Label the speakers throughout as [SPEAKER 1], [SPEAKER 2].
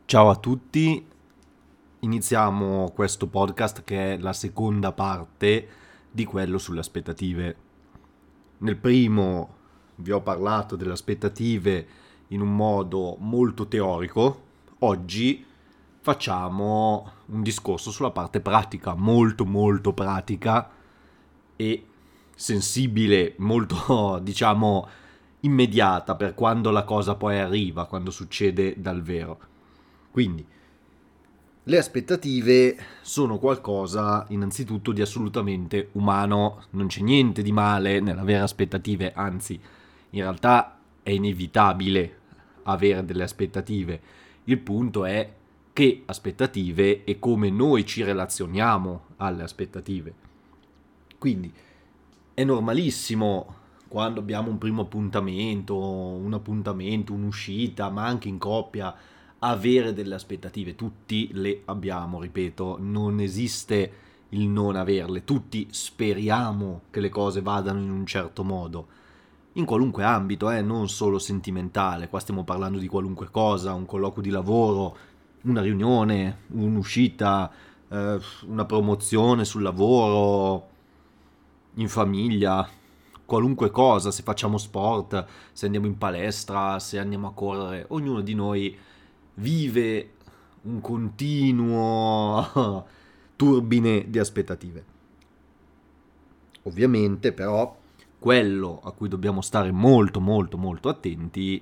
[SPEAKER 1] Ciao a tutti, iniziamo questo podcast che è la seconda parte di quello sulle aspettative. Nel primo vi ho parlato delle aspettative in un modo molto teorico, oggi facciamo un discorso sulla parte pratica, molto molto pratica e sensibile, molto diciamo immediata per quando la cosa poi arriva, quando succede dal vero. Quindi le aspettative sono qualcosa innanzitutto di assolutamente umano, non c'è niente di male nell'avere aspettative, anzi in realtà è inevitabile avere delle aspettative. Il punto è che aspettative e come noi ci relazioniamo alle aspettative. Quindi è normalissimo quando abbiamo un primo appuntamento, un'uscita, ma anche in coppia, avere delle aspettative. Tutti le abbiamo, ripeto, non esiste il non averle. Tutti speriamo che le cose vadano in un certo modo. In qualunque ambito, non solo sentimentale. Qua stiamo parlando di qualunque cosa, un colloquio di lavoro, una riunione, un'uscita, una promozione sul lavoro, in famiglia, qualunque cosa, se facciamo sport, se andiamo in palestra, se andiamo a correre, ognuno di noi vive un continuo turbine di aspettative. Ovviamente però quello a cui dobbiamo stare molto molto molto attenti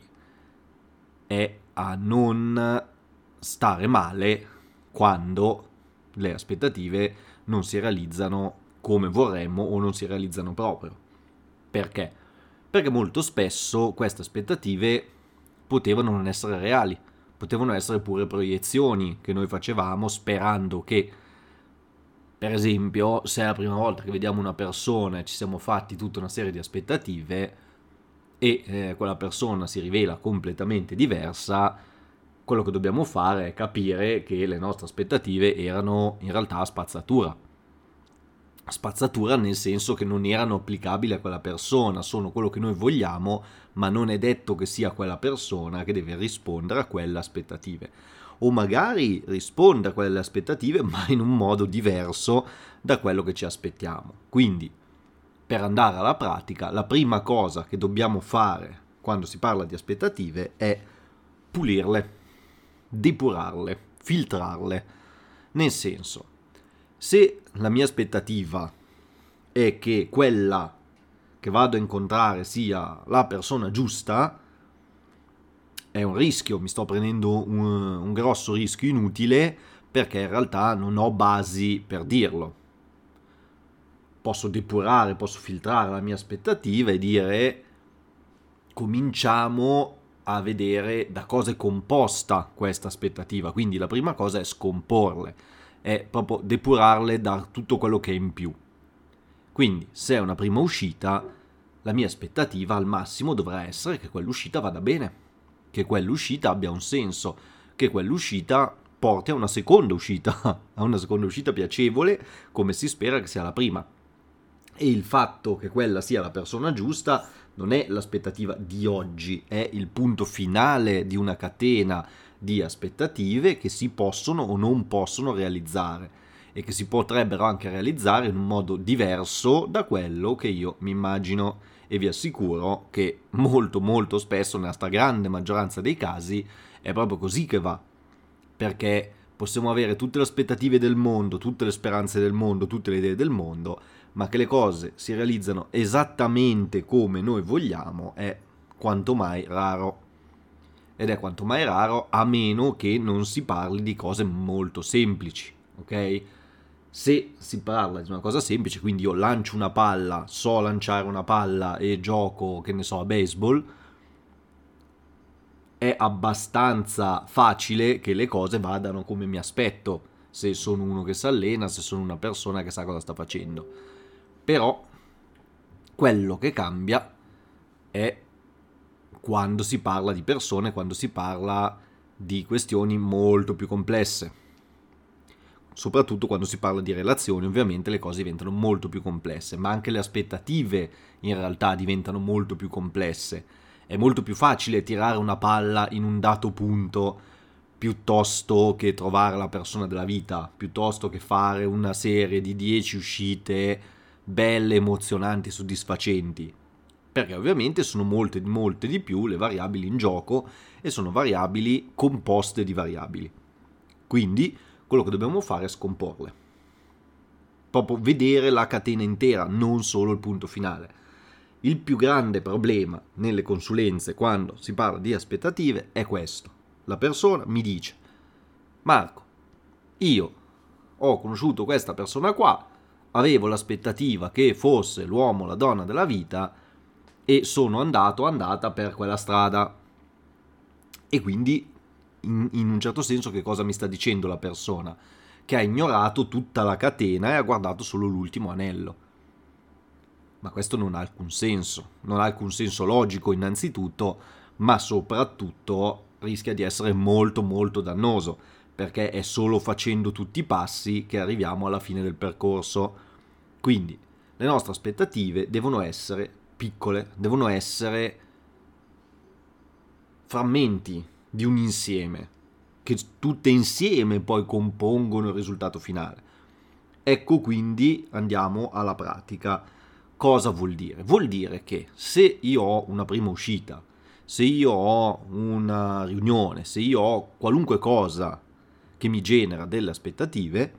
[SPEAKER 1] è a non stare male quando le aspettative non si realizzano come vorremmo o non si realizzano proprio. Perché? Perché molto spesso queste aspettative potevano non essere reali, potevano essere pure proiezioni che noi facevamo sperando che, per esempio, se è la prima volta che vediamo una persona e ci siamo fatti tutta una serie di aspettative e quella persona si rivela completamente diversa, quello che dobbiamo fare è capire che le nostre aspettative erano in realtà spazzatura. Spazzatura nel senso che non erano applicabili a quella persona, sono quello che noi vogliamo, ma non è detto che sia quella persona che deve rispondere a quelle aspettative. O magari risponde a quelle aspettative, ma in un modo diverso da quello che ci aspettiamo. Quindi, per andare alla pratica, la prima cosa che dobbiamo fare quando si parla di aspettative è pulirle, depurarle, filtrarle. Nel senso, se la mia aspettativa è che quella che vado a incontrare sia la persona giusta, è un rischio, mi sto prendendo un grosso rischio inutile perché in realtà non ho basi per dirlo. Posso depurare, posso filtrare la mia aspettativa e dire cominciamo a vedere da cosa è composta questa aspettativa. Quindi la prima cosa è scomporle, è proprio depurarle da tutto quello che è in più. Quindi se è una prima uscita, la mia aspettativa al massimo dovrà essere che quell'uscita vada bene, che quell'uscita abbia un senso, che quell'uscita porti a una seconda uscita, a una seconda uscita piacevole, come si spera che sia la prima. E il fatto che quella sia la persona giusta non è l'aspettativa di oggi, è il punto finale di una catena di aspettative che si possono o non possono realizzare e che si potrebbero anche realizzare in un modo diverso da quello che io mi immagino, e vi assicuro che molto molto spesso, nella stragrande maggioranza dei casi, è proprio così che va, perché possiamo avere tutte le aspettative del mondo, tutte le speranze del mondo, tutte le idee del mondo, ma che le cose si realizzano esattamente come noi vogliamo è quanto mai raro. Ed è quanto mai raro a meno che non si parli di cose molto semplici, ok? Se si parla di una cosa semplice, quindi io lancio una palla, so lanciare una palla e gioco, che ne so, a baseball, è abbastanza facile che le cose vadano come mi aspetto, se sono uno che si allena, se sono una persona che sa cosa sta facendo. Però quello che cambia è quando si parla di persone, quando si parla di questioni molto più complesse. Soprattutto quando si parla di relazioni, ovviamente le cose diventano molto più complesse, ma anche le aspettative in realtà diventano molto più complesse. È molto più facile tirare una palla in un dato punto, piuttosto che trovare la persona della vita, piuttosto che fare una serie di 10 uscite belle, emozionanti, soddisfacenti, perché ovviamente sono molte di più le variabili in gioco e sono variabili composte di variabili. Quindi quello che dobbiamo fare è scomporle, proprio vedere la catena intera, non solo il punto finale. Il più grande problema nelle consulenze quando si parla di aspettative è questo. La persona mi dice: Marco, io ho conosciuto questa persona qua, avevo l'aspettativa che fosse l'uomo, la donna della vita e sono andata per quella strada. E quindi in un certo senso che cosa mi sta dicendo la persona? Che ha ignorato tutta la catena e ha guardato solo l'ultimo anello. Ma questo non ha alcun senso logico innanzitutto, ma soprattutto rischia di essere molto molto dannoso, perché è solo facendo tutti i passi che arriviamo alla fine del percorso. Quindi le nostre aspettative devono essere piccole, devono essere frammenti di un insieme, che tutte insieme poi compongono il risultato finale. Ecco, quindi andiamo alla pratica. Cosa vuol dire? Vuol dire che se io ho una prima uscita, se io ho una riunione, se io ho qualunque cosa che mi genera delle aspettative,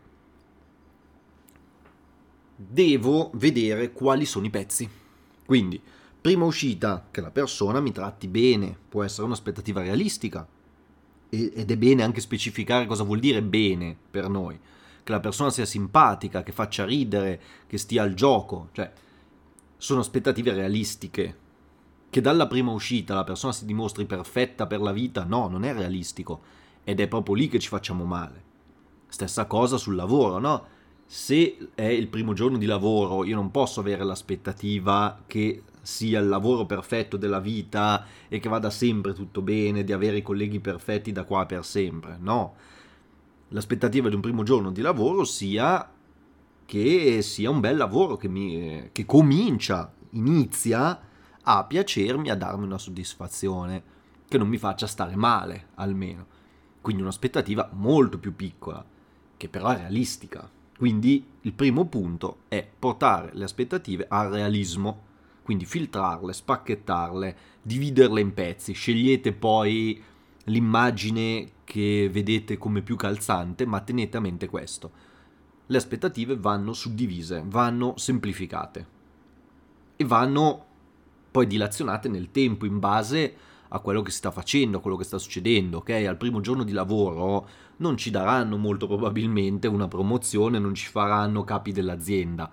[SPEAKER 1] devo vedere quali sono i pezzi. Quindi, prima uscita, che la persona mi tratti bene, può essere un'aspettativa realistica, ed è bene anche specificare cosa vuol dire bene per noi, che la persona sia simpatica, che faccia ridere, che stia al gioco, cioè sono aspettative realistiche. Che dalla prima uscita la persona si dimostri perfetta per la vita, no, non è realistico, ed è proprio lì che ci facciamo male. Stessa cosa sul lavoro, no? Se è il primo giorno di lavoro, io non posso avere l'aspettativa che sia il lavoro perfetto della vita e che vada sempre tutto bene, di avere i colleghi perfetti da qua per sempre. No, l'aspettativa di un primo giorno di lavoro sia che sia un bel lavoro, che inizia a piacermi, a darmi una soddisfazione, che non mi faccia stare male almeno. Quindi un'aspettativa molto più piccola, che però è realistica. Quindi il primo punto è portare le aspettative al realismo, quindi filtrarle, spacchettarle, dividerle in pezzi. Scegliete poi l'immagine che vedete come più calzante, ma tenete a mente questo: le aspettative vanno suddivise, vanno semplificate e vanno poi dilazionate nel tempo in base a quello che si sta facendo, a quello che sta succedendo, ok? Al primo giorno di lavoro non ci daranno molto probabilmente una promozione, non ci faranno capi dell'azienda,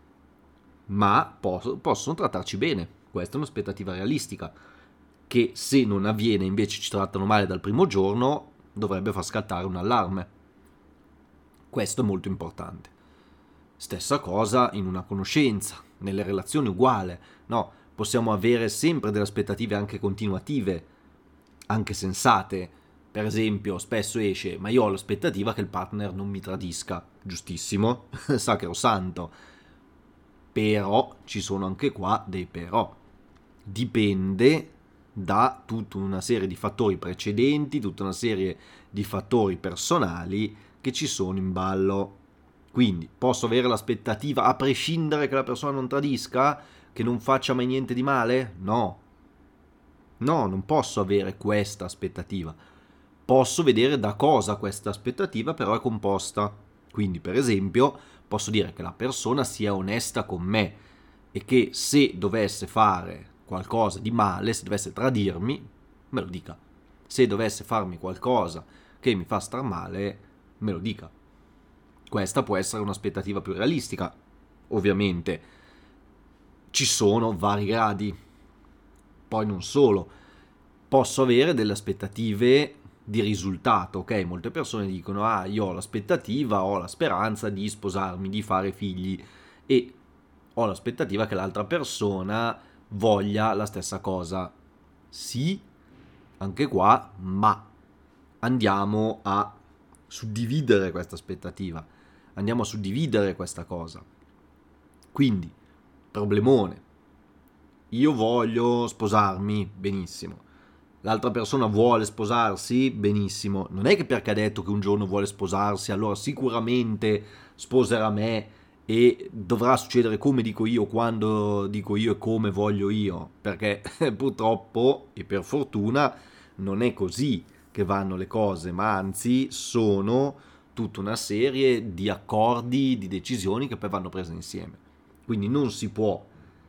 [SPEAKER 1] ma possono trattarci bene. Questa è un'aspettativa realistica, che se non avviene invece ci trattano male dal primo giorno, dovrebbe far scattare un allarme. Questo è molto importante. Stessa cosa in una conoscenza, nelle relazioni uguale, no? Possiamo avere sempre delle aspettative anche continuative, anche sensate. Per esempio, spesso esce: ma io ho l'aspettativa che il partner non mi tradisca. Giustissimo, sacrosanto. Però ci sono anche qua dei però. Dipende da tutta una serie di fattori precedenti, tutta una serie di fattori personali che ci sono in ballo. Quindi posso avere l'aspettativa, a prescindere che la persona non tradisca, che non faccia mai niente di male? No, non posso avere questa aspettativa. Posso vedere da cosa questa aspettativa però è composta. Quindi, per esempio, posso dire che la persona sia onesta con me e che se dovesse fare qualcosa di male, se dovesse tradirmi, me lo dica. Se dovesse farmi qualcosa che mi fa star male, me lo dica. Questa può essere un'aspettativa più realistica. Ovviamente ci sono vari gradi. Poi non solo. Posso avere delle aspettative di risultato, ok? Molte persone dicono: ah, io ho l'aspettativa, ho la speranza di sposarmi, di fare figli, e ho l'aspettativa che l'altra persona voglia la stessa cosa. Sì, anche qua, ma andiamo a suddividere questa aspettativa, andiamo a suddividere questa cosa. Quindi, problemone: io voglio sposarmi, benissimo, L'altra persona vuole sposarsi, benissimo. Non è che perché ha detto che un giorno vuole sposarsi, allora sicuramente sposerà me e dovrà succedere come dico io, quando dico io e come voglio io. Perché purtroppo, e per fortuna, non è così che vanno le cose, ma anzi sono tutta una serie di accordi, di decisioni che poi vanno prese insieme. Quindi non si può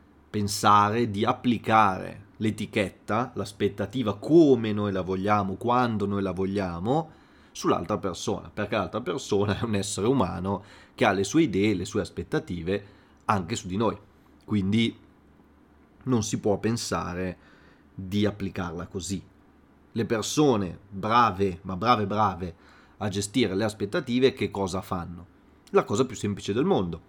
[SPEAKER 1] pensare di applicare l'etichetta, l'aspettativa come noi la vogliamo, quando noi la vogliamo, sull'altra persona, perché l'altra persona è un essere umano che ha le sue idee, le sue aspettative anche su di noi. Quindi non si può pensare di applicarla così. Le persone brave, ma brave brave a gestire le aspettative, che cosa fanno? La cosa più semplice del mondo: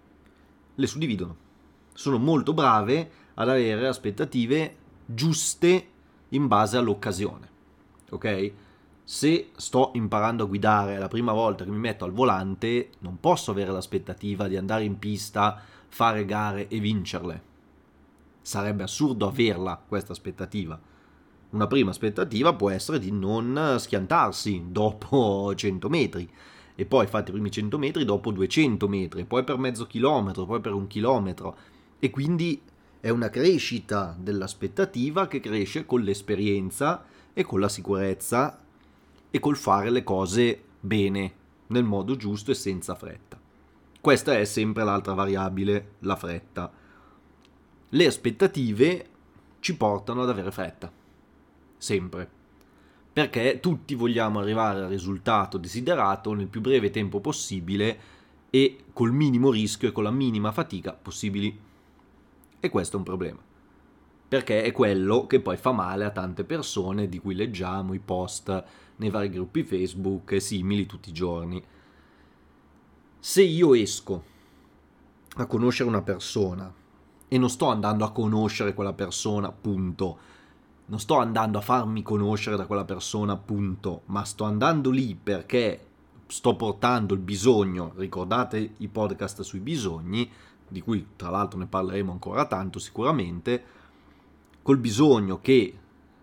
[SPEAKER 1] le suddividono. Sono molto brave ad avere aspettative giuste in base all'occasione. Ok? Se sto imparando a guidare la prima volta che mi metto al volante, non posso avere l'aspettativa di andare in pista, fare gare e vincerle. Sarebbe assurdo averla questa aspettativa. Una prima aspettativa può essere di non schiantarsi dopo 100 metri, e poi fate i primi 100 metri dopo 200 metri, poi per mezzo chilometro, poi per un chilometro, e quindi è una crescita dell'aspettativa che cresce con l'esperienza e con la sicurezza e col fare le cose bene, nel modo giusto e senza fretta. Questa è sempre l'altra variabile, la fretta. Le aspettative ci portano ad avere fretta, sempre, perché tutti vogliamo arrivare al risultato desiderato nel più breve tempo possibile e col minimo rischio e con la minima fatica possibili. E questo è un problema, perché è quello che poi fa male a tante persone di cui leggiamo i post nei vari gruppi Facebook e simili tutti i giorni. Se io esco a conoscere una persona e non sto andando a conoscere quella persona, punto, non sto andando a farmi conoscere da quella persona, punto, ma sto andando lì perché sto portando il bisogno, ricordate i podcast sui bisogni, di cui tra l'altro ne parleremo ancora tanto sicuramente, col bisogno che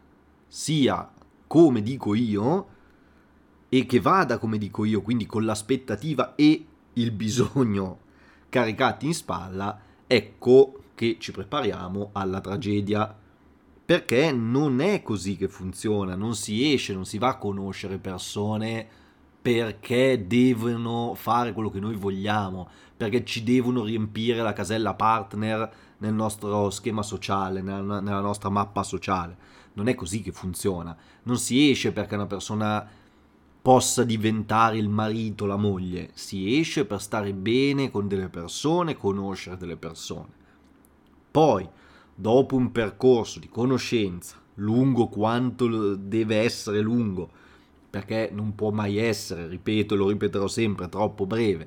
[SPEAKER 1] sia come dico io e che vada come dico io, quindi con l'aspettativa e il bisogno caricati in spalla, ecco che ci prepariamo alla tragedia, perché non è così che funziona, non si esce, non si va a conoscere persone perché devono fare quello che noi vogliamo, perché ci devono riempire la casella partner nel nostro schema sociale, nella nostra mappa sociale. Non è così che funziona. Non si esce perché una persona possa diventare il marito, la moglie. Si esce per stare bene con delle persone, conoscere delle persone. Poi, dopo un percorso di conoscenza, lungo quanto deve essere lungo, perché non può mai essere, ripeto e lo ripeterò sempre, troppo breve,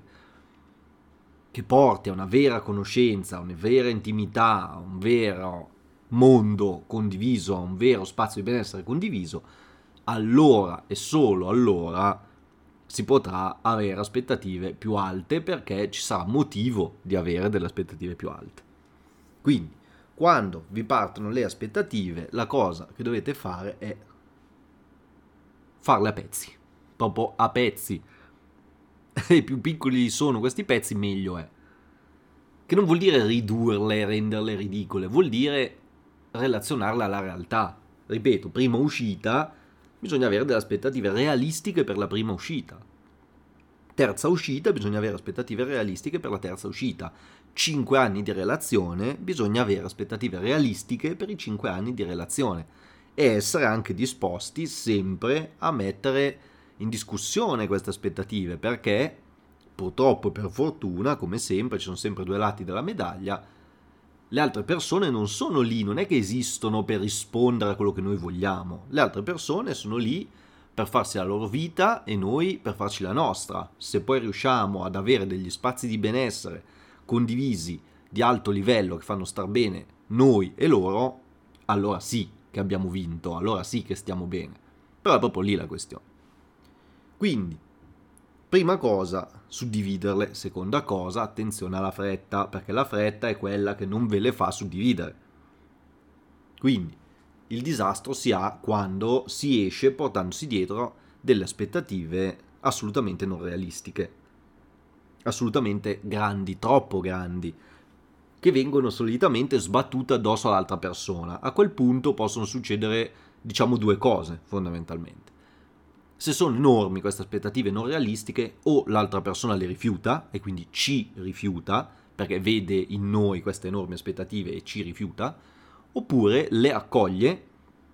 [SPEAKER 1] che porti a una vera conoscenza, a una vera intimità, a un vero mondo condiviso, a un vero spazio di benessere condiviso, allora e solo allora si potrà avere aspettative più alte, perché ci sarà motivo di avere delle aspettative più alte. Quindi, quando vi partono le aspettative, la cosa che dovete fare è farle a pezzi, proprio a pezzi. E più piccoli sono questi pezzi, meglio è. Che non vuol dire ridurle, renderle ridicole, vuol dire relazionarle alla realtà. Ripeto, prima uscita, bisogna avere delle aspettative realistiche per la prima uscita. Terza uscita, bisogna avere aspettative realistiche per la terza uscita. 5 anni di relazione, bisogna avere aspettative realistiche per i 5 anni di relazione e essere anche disposti sempre a mettere in discussione queste aspettative, perché purtroppo e per fortuna, come sempre, ci sono sempre due lati della medaglia. Le altre persone non sono lì, non è che esistono per rispondere a quello che noi vogliamo. Le altre persone sono lì per farsi la loro vita e noi per farci la nostra. Se poi riusciamo ad avere degli spazi di benessere condivisi di alto livello che fanno star bene noi e loro, allora sì che abbiamo vinto, allora sì che stiamo bene. Però è proprio lì la questione. Quindi, prima cosa, suddividerle. Seconda cosa, attenzione alla fretta, perché la fretta è quella che non ve le fa suddividere. Quindi, Il disastro si ha quando si esce portandosi dietro delle aspettative assolutamente non realistiche, assolutamente grandi, troppo grandi, che vengono solitamente sbattute addosso all'altra persona. A quel punto possono succedere, diciamo, due cose fondamentalmente. Se sono enormi queste aspettative non realistiche, o l'altra persona le rifiuta e quindi ci rifiuta perché vede in noi queste enormi aspettative e ci rifiuta, oppure le accoglie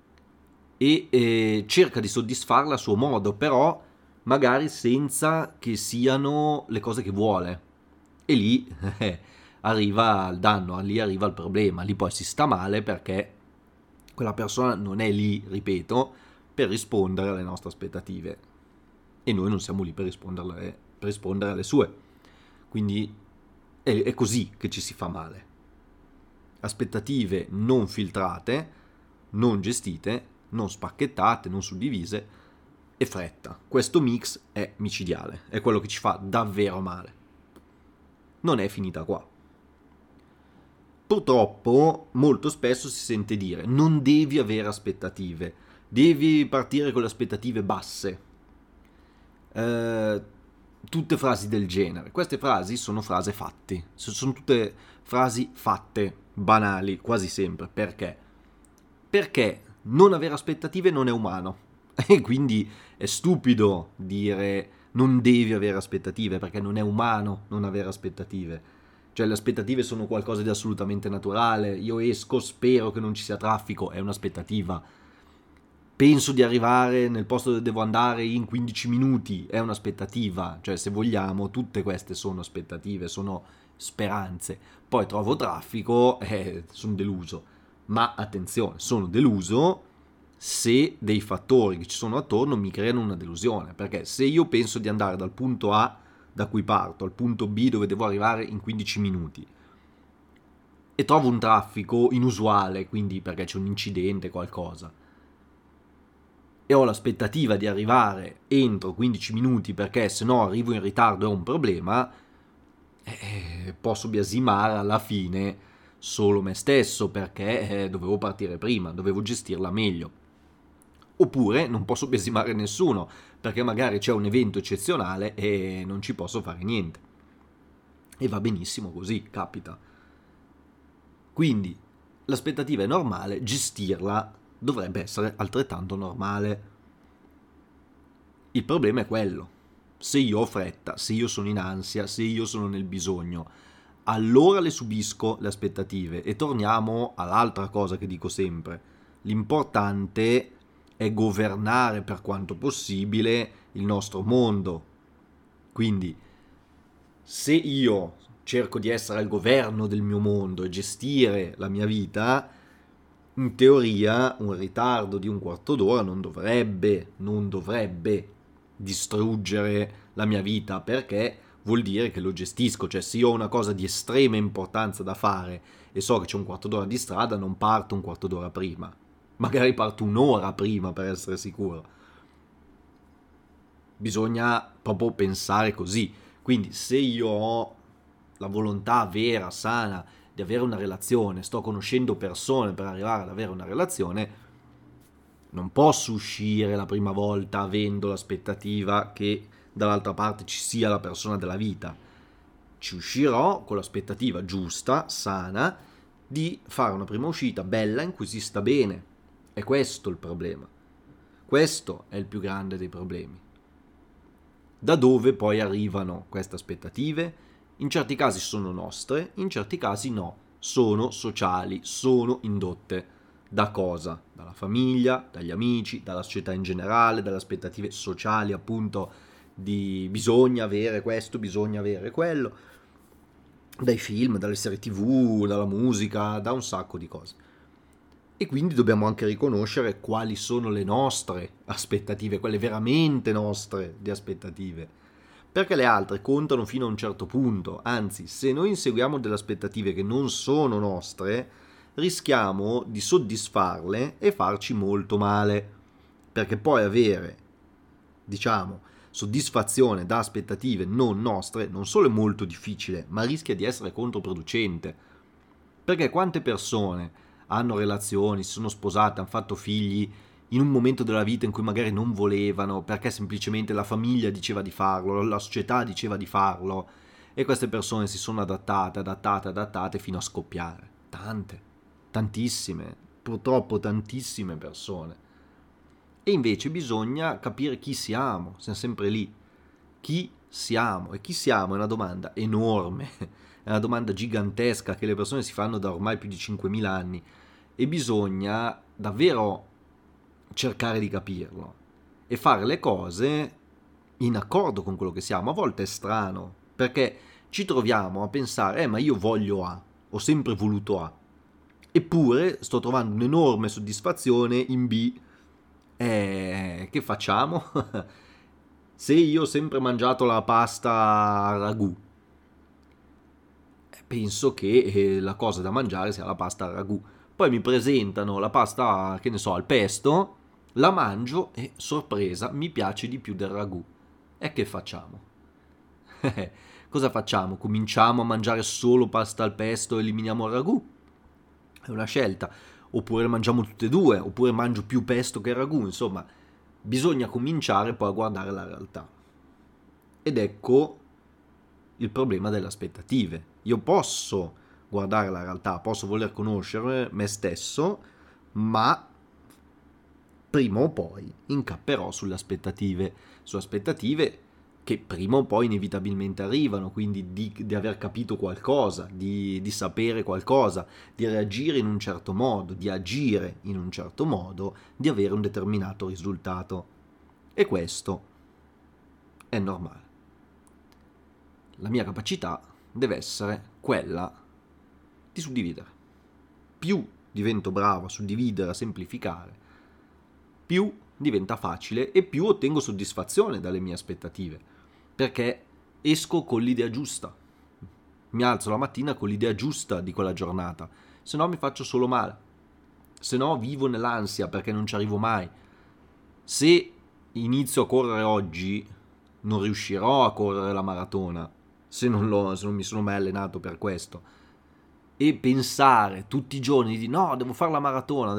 [SPEAKER 1] e cerca di soddisfarle a suo modo, però magari senza che siano le cose che vuole. E lì arriva il danno, lì arriva il problema, lì poi si sta male perché quella persona non è lì, ripeto, per rispondere alle nostre aspettative e noi non siamo lì per rispondere alle sue. Quindi è così che ci si fa male. Aspettative non filtrate, non gestite, non spacchettate, non suddivise e fretta. Questo mix è micidiale, è quello che ci fa davvero male. Non è finita qua. Purtroppo molto spesso si sente dire non devi avere aspettative, devi partire con le aspettative basse. Tutte frasi del genere. Queste frasi sono frasi fatte, sono tutte frasi fatte, banali, quasi sempre. Perché? Perché non avere aspettative non è umano e quindi è stupido dire non devi avere aspettative, perché non è umano non avere aspettative. Cioè le aspettative sono qualcosa di assolutamente naturale. Io esco, spero che non ci sia traffico, è un'aspettativa. Penso di arrivare nel posto dove devo andare in 15 minuti, è un'aspettativa. Cioè, se vogliamo, tutte queste sono aspettative, sono speranze. Poi trovo traffico e sono deluso. Ma attenzione, sono deluso se dei fattori che ci sono attorno mi creano una delusione. Perché se io penso di andare dal punto A da cui parto al punto B dove devo arrivare in 15 minuti e trovo un traffico inusuale, quindi perché c'è un incidente, qualcosa, e ho l'aspettativa di arrivare entro 15 minuti perché se no arrivo in ritardo è un problema, posso biasimare alla fine solo me stesso perché dovevo partire prima, dovevo gestirla meglio. Oppure non posso biasimare nessuno perché magari c'è un evento eccezionale e non ci posso fare niente. E va benissimo così, capita. Quindi l'aspettativa è normale, gestirla dovrebbe essere altrettanto normale. Il problema è quello. Se io ho fretta, se io sono in ansia, se io sono nel bisogno, allora le subisco le aspettative. E torniamo all'altra cosa che dico sempre. L'importante è governare per quanto possibile il nostro mondo. Quindi, se io cerco di essere al governo del mio mondo e gestire la mia vita, in teoria un ritardo di un quarto d'ora non dovrebbe distruggere la mia vita, perché vuol dire che lo gestisco. Cioè, se io ho una cosa di estrema importanza da fare e so che c'è un quarto d'ora di strada, non parto un quarto d'ora prima. Magari parto un'ora prima per essere sicuro. Bisogna proprio pensare così. Quindi se io ho la volontà vera, sana, di avere una relazione, sto conoscendo persone per arrivare ad avere una relazione, non posso uscire la prima volta avendo l'aspettativa che dall'altra parte ci sia la persona della vita. Ci uscirò con l'aspettativa giusta, sana, di fare una prima uscita bella in cui si sta bene. È questo il problema. Questo è il più grande dei problemi. Da dove poi arrivano queste aspettative? In certi casi sono nostre, in certi casi no. Sono sociali, sono indotte. Da cosa? Dalla famiglia, dagli amici, dalla società in generale, dalle aspettative sociali, appunto, di bisogna avere questo, bisogna avere quello, dai film, dalle serie TV, dalla musica, da un sacco di cose. E quindi dobbiamo anche riconoscere quali sono le nostre aspettative, quelle veramente nostre di aspettative. Perché le altre contano fino a un certo punto, anzi, se noi inseguiamo delle aspettative che non sono nostre, rischiamo di soddisfarle e farci molto male. Perché poi avere, diciamo, soddisfazione da aspettative non nostre non solo è molto difficile, ma rischia di essere controproducente. Perché quante persone hanno relazioni, si sono sposate, hanno fatto figli in un momento della vita in cui magari non volevano, perché semplicemente la famiglia diceva di farlo, la società diceva di farlo, e queste persone si sono adattate fino a scoppiare. Tante, tantissime, purtroppo tantissime persone. E invece bisogna capire chi siamo, siamo sempre lì. Chi siamo? E chi siamo è una domanda enorme, è una domanda gigantesca che le persone si fanno da ormai più di 5.000 anni, e bisogna davvero cercare di capirlo e fare le cose in accordo con quello che siamo. A volte è strano, perché ci troviamo a pensare, ma io voglio A, ho sempre voluto A, eppure sto trovando un'enorme soddisfazione in B. Che facciamo? Se io ho sempre mangiato la pasta al ragù, penso che la cosa da mangiare sia la pasta al ragù. Poi mi presentano la pasta, che ne so, al pesto, la mangio e, sorpresa, mi piace di più del ragù. E che facciamo? Cosa facciamo? Cominciamo a mangiare solo pasta al pesto e eliminiamo il ragù? È una scelta. Oppure mangiamo tutte e due, oppure mangio più pesto che ragù. Insomma, bisogna cominciare poi a guardare la realtà. Ed ecco il problema delle aspettative. Io posso guardare la realtà, posso voler conoscere me stesso, ma prima o poi incapperò sulle aspettative che prima o poi inevitabilmente arrivano, quindi di aver capito qualcosa, di sapere qualcosa, di reagire in un certo modo, di agire in un certo modo, di avere un determinato risultato. E questo è normale. La mia capacità deve essere quella di suddividere. Più divento bravo a suddividere, a semplificare, più diventa facile e più ottengo soddisfazione dalle mie aspettative, perché esco con l'idea giusta. Mi alzo la mattina con l'idea giusta di quella giornata, se no mi faccio solo male, se no vivo nell'ansia perché non ci arrivo mai. Se inizio a correre oggi, non riuscirò a correre la maratona, se non mi sono mai allenato per questo. E pensare tutti i giorni di no, devo fare la maratona,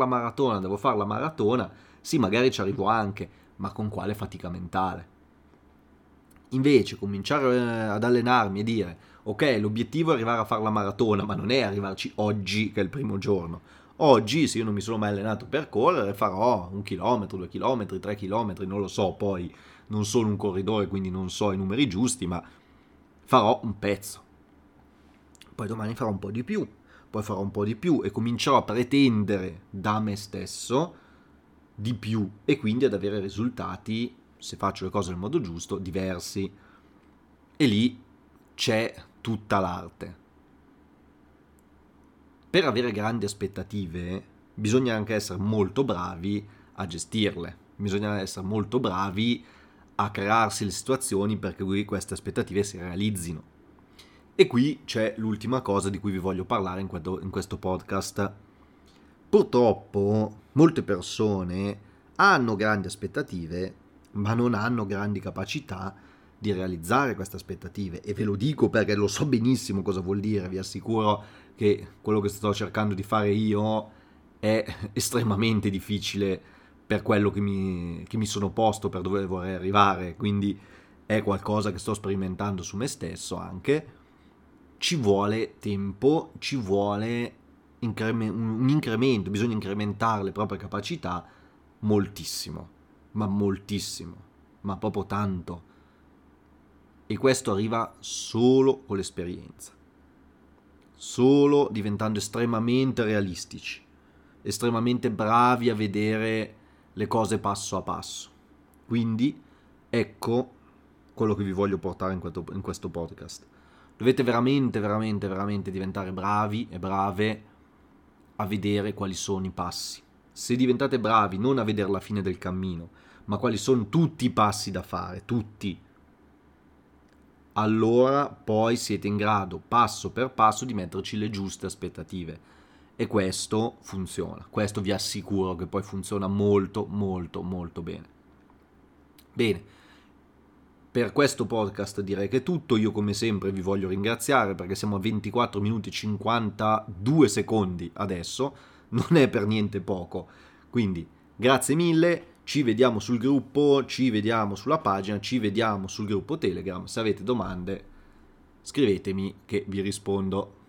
[SPEAKER 1] sì, magari ci arrivo anche, ma con quale fatica mentale? Invece cominciare ad allenarmi e dire ok, l'obiettivo è arrivare a fare la maratona, ma non è arrivarci oggi che è il primo giorno. Oggi, se io non mi sono mai allenato per correre, farò 1 chilometro, 2 chilometri, 3 chilometri, non lo so, poi non sono un corridore, quindi non so i numeri giusti, ma farò un pezzo. Poi domani farò un po' di più, poi farò un po' di più e comincerò a pretendere da me stesso di più e quindi ad avere risultati, se faccio le cose nel modo giusto, diversi. E lì c'è tutta l'arte. Per avere grandi aspettative bisogna anche essere molto bravi a gestirle, bisogna essere molto bravi a crearsi le situazioni perché queste aspettative si realizzino. E qui c'è l'ultima cosa di cui vi voglio parlare in questo podcast. Purtroppo molte persone hanno grandi aspettative, ma non hanno grandi capacità di realizzare queste aspettative. E ve lo dico perché lo so benissimo cosa vuol dire. Vi assicuro che quello che sto cercando di fare io è estremamente difficile per quello che mi sono posto, per dove vorrei arrivare. Quindi è qualcosa che sto sperimentando su me stesso anche. Ci vuole tempo, ci vuole un incremento, bisogna incrementare le proprie capacità moltissimo, ma proprio tanto. E questo arriva solo con l'esperienza, solo diventando estremamente realistici, estremamente bravi a vedere le cose passo a passo. Quindi ecco quello che vi voglio portare in questo podcast. Dovete veramente diventare bravi e brave a vedere quali sono i passi. Se diventate bravi non a vedere la fine del cammino, ma quali sono tutti i passi da fare, tutti, allora poi siete in grado, passo per passo, di metterci le giuste aspettative. E questo funziona. Questo vi assicuro che poi funziona molto bene. Bene. Per questo podcast direi che è tutto. Io come sempre vi voglio ringraziare perché siamo a 24 minuti e 52 secondi adesso, non è per niente poco. Quindi grazie mille, ci vediamo sul gruppo, ci vediamo sulla pagina, ci vediamo sul gruppo Telegram. Se avete domande scrivetemi che vi rispondo.